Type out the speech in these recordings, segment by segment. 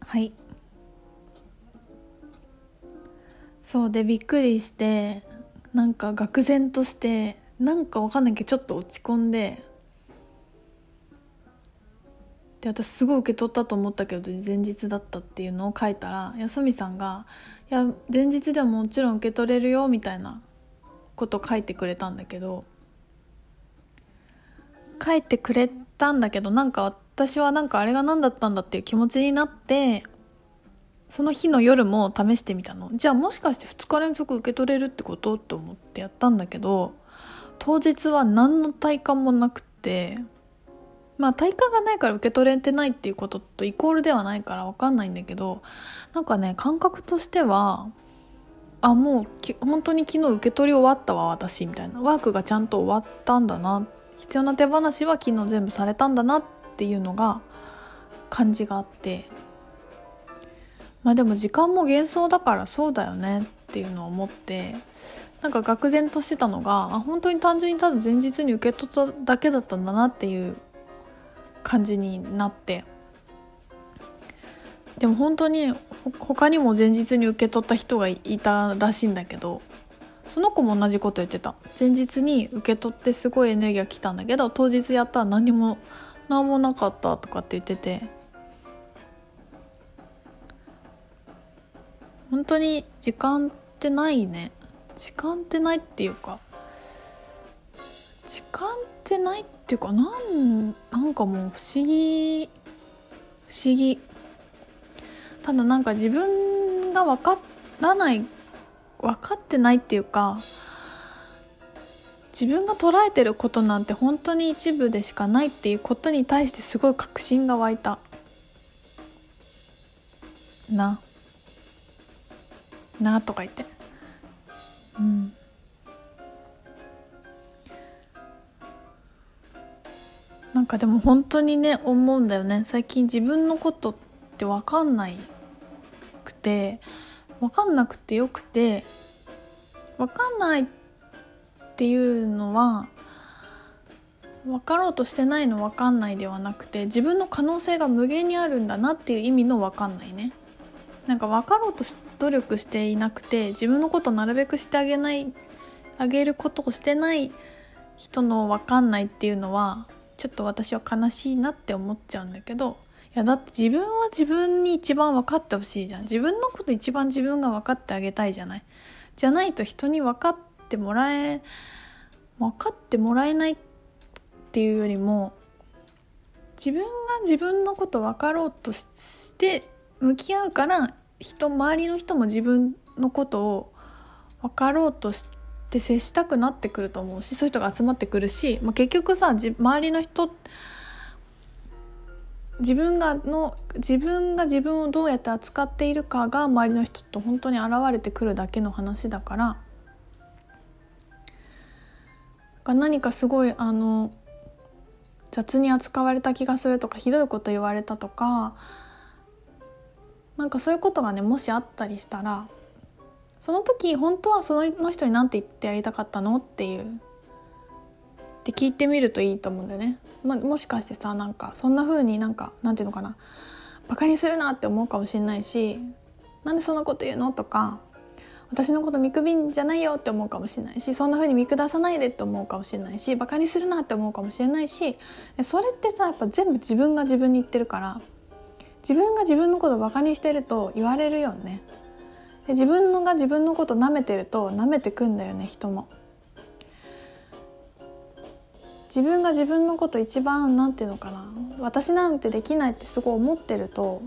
はい。そうでびっくりして、なんか愕然として、なんかわかんないけどちょっと落ち込んで、私すごい受け取ったと思ったけど前日だったっていうのを書いたら、安見さんがいや前日でももちろん受け取れるよみたいなこと書いてくれたんだけど、なんか私はなんかあれが何だったんだっていう気持ちになって、その日の夜も試してみたの。じゃあもしかして2日連続受け取れるってことと思ってやったんだけど、当日は何の体感もなくて、まあ体感がないから受け取れてないっていうこととイコールではないから分かんないんだけど、なんかね感覚としては、もう本当に昨日受け取り終わったわ私みたいな、ワークがちゃんと終わったんだな、必要な手放しは昨日全部されたんだなっていうのが感じがあって、まあでも時間も幻想だからそうだよねっていうのを思って、なんか愕然としてたのが、本当に単純にただ前日に受け取っただけだったんだなっていう感じになって、でも本当に他にも前日に受け取った人がいたらしいんだけど、その子も同じこと言ってた。前日に受け取ってすごいエネルギーが来たんだけど、当日やったら何もなかったとかって言ってて、本当に時間ってないね。時間ってないっていうかなんかもう不思議。ただなんか自分が分かってないっていうか、自分が捉えてることなんて本当に一部でしかないっていうことに対してすごい確信が湧いたなとか言って、なんかでも本当にね思うんだよね。最近自分のことって分かんなくてよくて、分かんないっていうのは分かろうとしてないの分かんないではなくて、自分の可能性が無限にあるんだなっていう意味の分かんないね。なんか分かろうと努力していなくて、自分のことをなるべくしてあげることをしてない人の分かんないっていうのはちょっと私は悲しいなって思っちゃうんだけど、いやだって自分は自分に一番分かってほしいじゃん。自分のこと一番自分が分かってあげたいじゃない。じゃないと人に分かってもらえないっていうよりも、自分が自分のこと分かろうとして向き合うから、周りの人も自分のことを分かろうとして接したくなってくると思うし、そういう人が集まってくるし、結局さ、周りの人、自分が自分をどうやって扱っているかが周りの人と本当に現れてくるだけの話だから、何かすごい雑に扱われた気がするとか、ひどいこと言われたとか、なんかそういうことがねもしあったりしたら、その時本当はその人に何て言ってやりたかったのって聞いてみるといいと思うんだよね。もしかしてさ、なんかそんな風になんていうのかな、バカにするなって思うかもしれないし、なんでそんなこと言うのとか、私のこと見くびんじゃないよって思うかもしれないし、そんな風に見下さないでって思うかもしれないし、バカにするなって思うかもしれないし、それってさやっぱ全部自分が自分に言ってるから、自分が自分のことをバカにしてると言われるよね。で自分が自分のこと舐めてると舐めてくんだよね、人も。自分が自分のこと一番なんていうのかな、私なんてできないってすごい思ってると、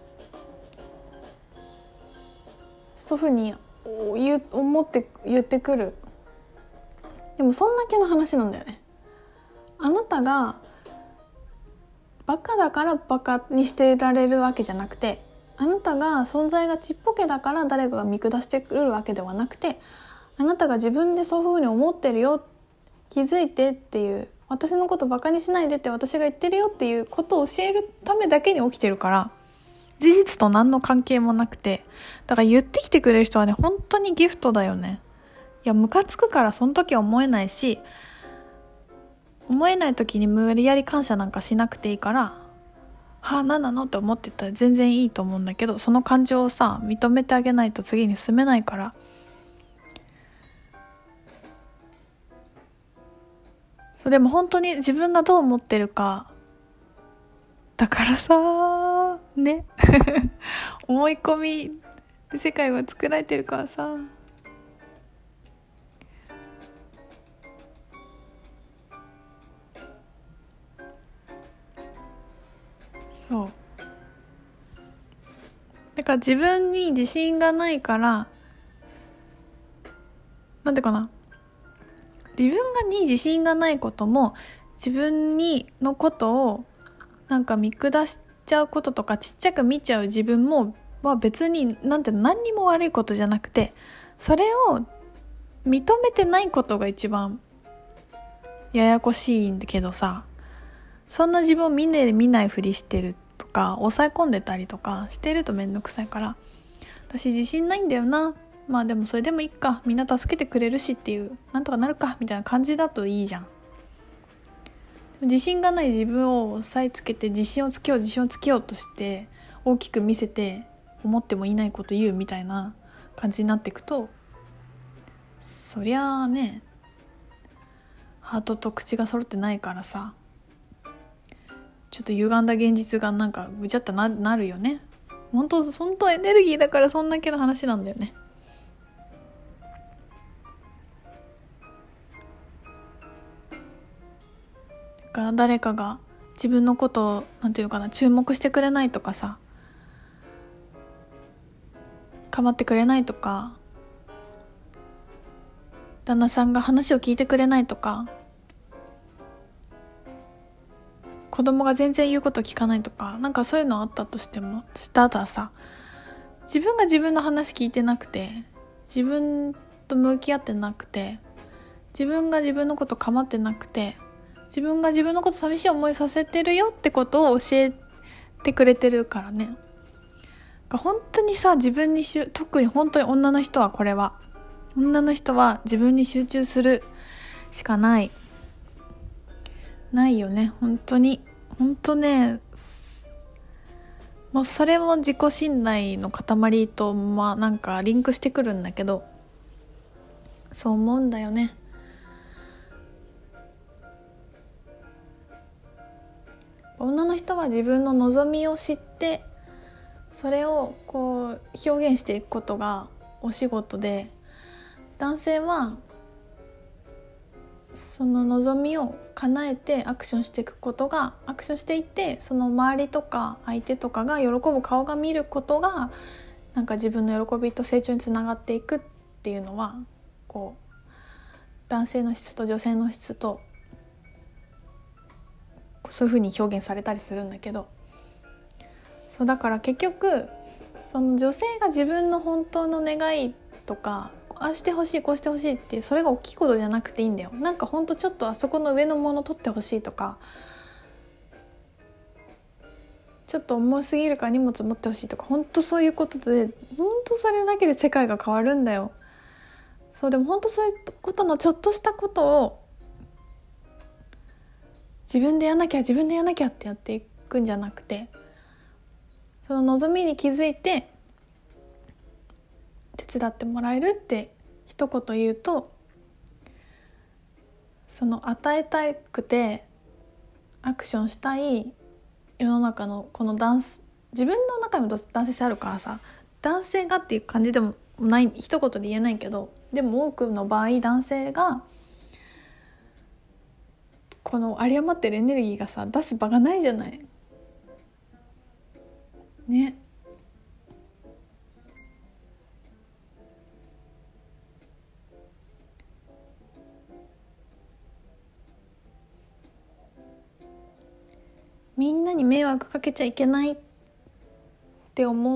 そういうふうに言ってくる。でもそんだけの話なんだよね。あなたがバカだからバカにしてられるわけじゃなくて、あなたが存在がちっぽけだから誰かが見下してくるわけではなくて、あなたが自分でそういうふうに思ってるよ、気づいてっていう、私のことバカにしないでって私が言ってるよっていうことを教えるためだけに起きてるから、事実と何の関係もなくて、だから言ってきてくれる人はね本当にギフトだよね。いやムカつくからその時は思えないし、思えない時に無理やり感謝なんかしなくていいから、 何なのって思ってたら全然いいと思うんだけど、その感情をさ認めてあげないと次に進めないから。そう、でも本当に自分がどう思ってるかだからさね思い込みで世界は作られてるからさ。そうだから自分に自信がないから、なんていうかな、自分に自信がないことも、自分のことをなんか見下しちゃうこととかちっちゃく見ちゃう自分もは別になんて何にも悪いことじゃなくて、それを認めてないことが一番ややこしいんだけどさ、そんな自分を見ないふりしてるとか抑え込んでたりとかしてるとめんどくさいから、私自信ないんだよな、まあでもそれでもいいか、みんな助けてくれるしっていう、なんとかなるかみたいな感じだといいじゃん。自信がない自分を押さえつけて自信をつけようとして大きく見せて思ってもいないこと言うみたいな感じになっていくと、そりゃあね、ハートと口が揃ってないからさ、ちょっと歪んだ現実がなんかぐちゃっと なるよね。本当エネルギーだからそんだけの話なんだよね。だから誰かが自分のことをなんていうのかな、注目してくれないとかさ、構ってくれないとか、旦那さんが話を聞いてくれないとか、子供が全然言うこと聞かないとか、なんかそういうのあったとしても、したらさ、自分が自分の話聞いてなくて、自分と向き合ってなくて、自分が自分のこと構ってなくて、自分が自分のこと寂しい思いさせてるよってことを教えてくれてるからね。本当にさ、自分に特に本当に女の人は自分に集中するしかないよね。本当ね、もうそれも自己信頼の塊となんかリンクしてくるんだけど、そう思うんだよね。女の人は自分の望みを知って、それをこう表現していくことがお仕事で、男性はその望みを叶えてアクションしていって、その周りとか相手とかが喜ぶ顔が見ることがなんか自分の喜びと成長につながっていくっていうのは、こう男性の質と女性の質とそういう風に表現されたりするんだけど、そうだから結局その女性が自分の本当の願いとか、ああしてほしいこうしてほしいっていう、それが大きいことじゃなくていいんだよ。なんかほんとちょっとあそこの上のもの取ってほしいとか、ちょっと重すぎるから荷物持ってほしいとか、ほんとそういうことで、ほんとそれだけで世界が変わるんだよ。そう、でもほんとそういうことのちょっとしたことを自分でやんなきゃってやっていくんじゃなくて、その望みに気づいて手伝ってもらえるって一言言うと、その与えたくてアクションしたい世の中のこの自分の中にも男性性あるからさ、男性がっていう感じでもない一言で言えないけど、でも多くの場合男性がこの有り余ってるエネルギーがさ出す場がないじゃないね。みんなに迷惑かけちゃいけないって思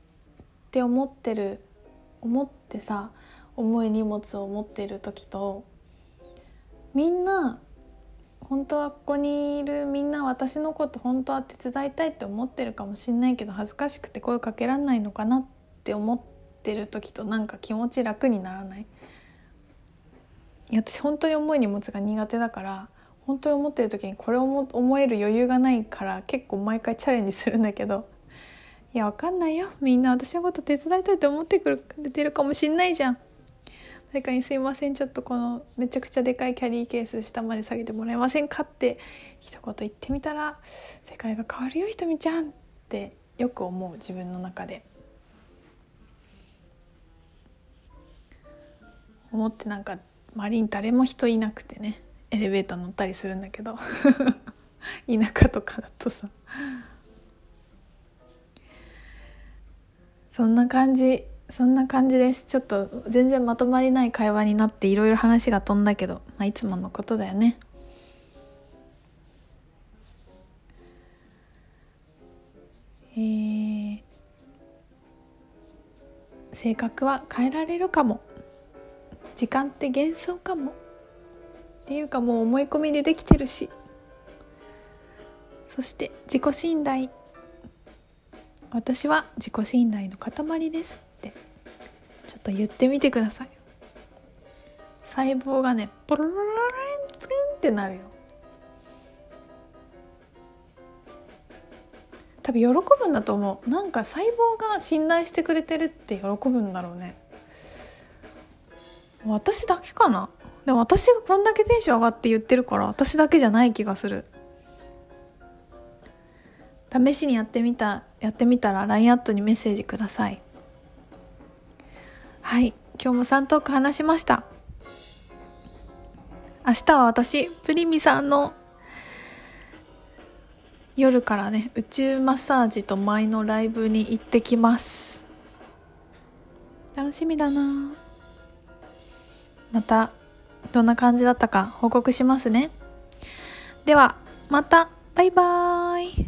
ってさ、重い荷物を持ってる時と、みんな本当はここにいるみんな私のこと本当は手伝いたいって思ってるかもしれないけど、恥ずかしくて声かけられないのかなって思ってる時と、なんか気持ち楽にならない？私本当に重い荷物が苦手だから、 本当に思ってる時にこれを思える余裕がないから結構毎回チャレンジするんだけど、いやわかんないよ、みんな私のこと手伝いたいと思ってくれてるかもしんないじゃん。誰かにすいません、ちょっとこのめちゃくちゃでかいキャリーケース下まで下げてもらえませんかって一言言ってみたら世界が変わるよひとみちゃんってよく思う、自分の中で思って、なんか周りに誰も人いなくてね、エレベーター乗ったりするんだけど田舎とかだとさ、そんな感じです。ちょっと全然まとまりない会話になっていろいろ話が飛んだけど、いつものことだよね。性格は変えられるかも、時間って幻想かもっていうか、もう思い込みでできてるし、そして自己信頼、私は自己信頼の塊ですってちょっと言ってみてください。細胞がねポロロロロンプルンってなるよ。多分喜ぶんだと思う。なんか細胞が信頼してくれてるって喜ぶんだろうね。私だけかな。でも私がこんだけテンション上がって言ってるから私だけじゃない気がする。試しにやってみたら LINE アットにメッセージください。はい、今日も3トーク話しました。明日は私プリミさんの夜からね宇宙マッサージと舞のライブに行ってきます。楽しみだな。またどんな感じだったか報告しますね。ではまた、バイバーイ。